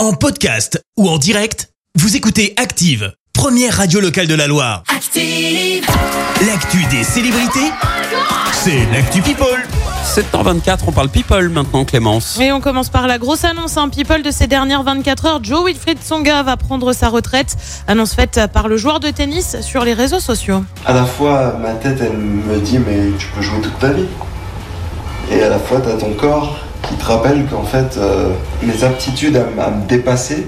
En podcast ou en direct, vous écoutez Active, première radio locale de la Loire. Active! L'actu des célébrités, c'est l'actu People. 7h24, on parle People maintenant, Clémence. Et on commence par la grosse annonce, People de ces dernières 24 heures. Joe Wilfried Tsonga va prendre sa retraite. Annonce faite par le joueur de tennis sur les réseaux sociaux. À la fois, ma tête, elle me dit, mais tu peux jouer toute ta vie. Et à la fois, t'as ton corps qui te rappelle qu'en fait, mes aptitudes à me dépasser,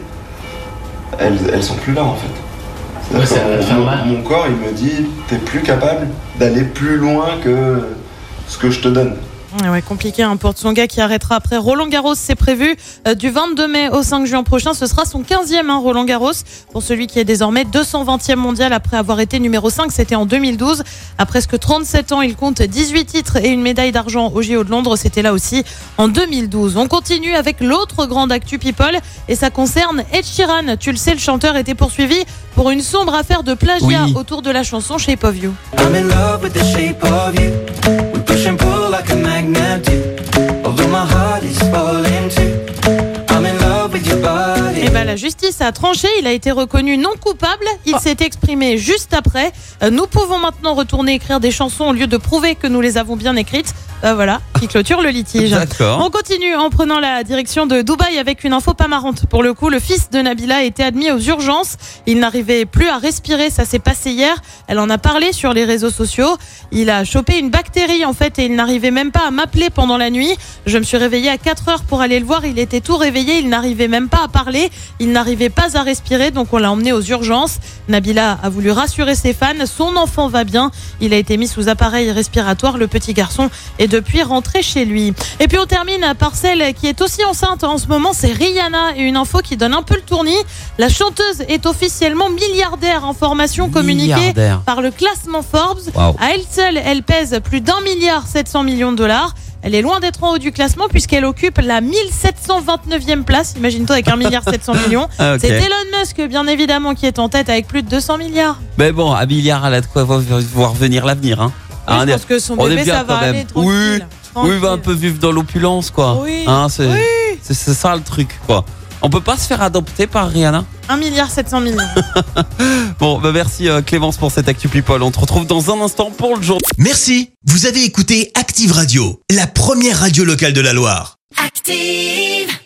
elles sont plus là en fait. Ouais, mon corps, il me dit, t'es plus capable d'aller plus loin que ce que je te donne. Ouais, compliqué pour Tsonga qui arrêtera après Roland Garros, c'est prévu du 22 mai au 5 juin prochain. Ce sera son 15e Roland Garros pour celui qui est désormais 220e mondial après avoir été numéro 5, c'était en 2012. À presque 37 ans, il compte 18 titres et une médaille d'argent au JO de Londres, c'était là aussi en 2012. On continue avec l'autre grande actu People et ça concerne Ed Sheeran. Tu le sais, le chanteur était poursuivi pour une sombre affaire de plagiat autour de la chanson Shape of You. I'm in love with the shape of you. We push and pull like a magnet do. Although my heart is falling too. I'm in love with your body. Et la justice a tranché, il a été reconnu non coupable, il s'est exprimé juste après. Nous pouvons maintenant retourner écrire des chansons au lieu de prouver que nous les avons bien écrites. Voilà, qui clôture le litige. D'accord. On continue en prenant la direction de Dubaï avec une info pas marrante. Pour le coup, le fils de Nabila a été admis aux urgences. Il n'arrivait plus à respirer, ça s'est passé hier. Elle en a parlé sur les réseaux sociaux. Il a chopé une bactérie en fait et il n'arrivait même pas à m'appeler pendant la nuit. Je me suis réveillée à 4 heures pour aller le voir. Il était tout réveillé, il n'arrivait même pas à parler. Il n'arrivait pas à respirer, donc on l'a emmené aux urgences. Nabila a voulu rassurer ses fans. Son enfant va bien. Il a été mis sous appareil respiratoire. Le petit garçon est depuis rentré chez lui. Et puis on termine par celle qui est aussi enceinte en ce moment, c'est Rihanna. Et une info qui donne un peu le tournis. La chanteuse est officiellement milliardaire, information communiquée par le classement Forbes. Wow. À elle seule, elle pèse plus d'1,7 milliard. Elle est loin d'être en haut du classement puisqu'elle occupe la 1729e place. Imagine-toi avec 1,7 milliard. Okay. C'est Elon Musk, bien évidemment, qui est en tête avec plus de 200 milliards. Mais bon, un milliard, elle a de quoi voir venir l'avenir. Hein. Je pense que son bébé, ça va aller tranquille. Oui, il va un peu vivre dans l'opulence, quoi. Oui. C'est ça le truc, quoi. On peut pas se faire adopter par Rihanna? 1,7 milliard. Bon, merci Clémence pour cette Actu People. On te retrouve dans un instant pour le jour. Merci, vous avez écouté Active Radio, la première radio locale de la Loire. Active!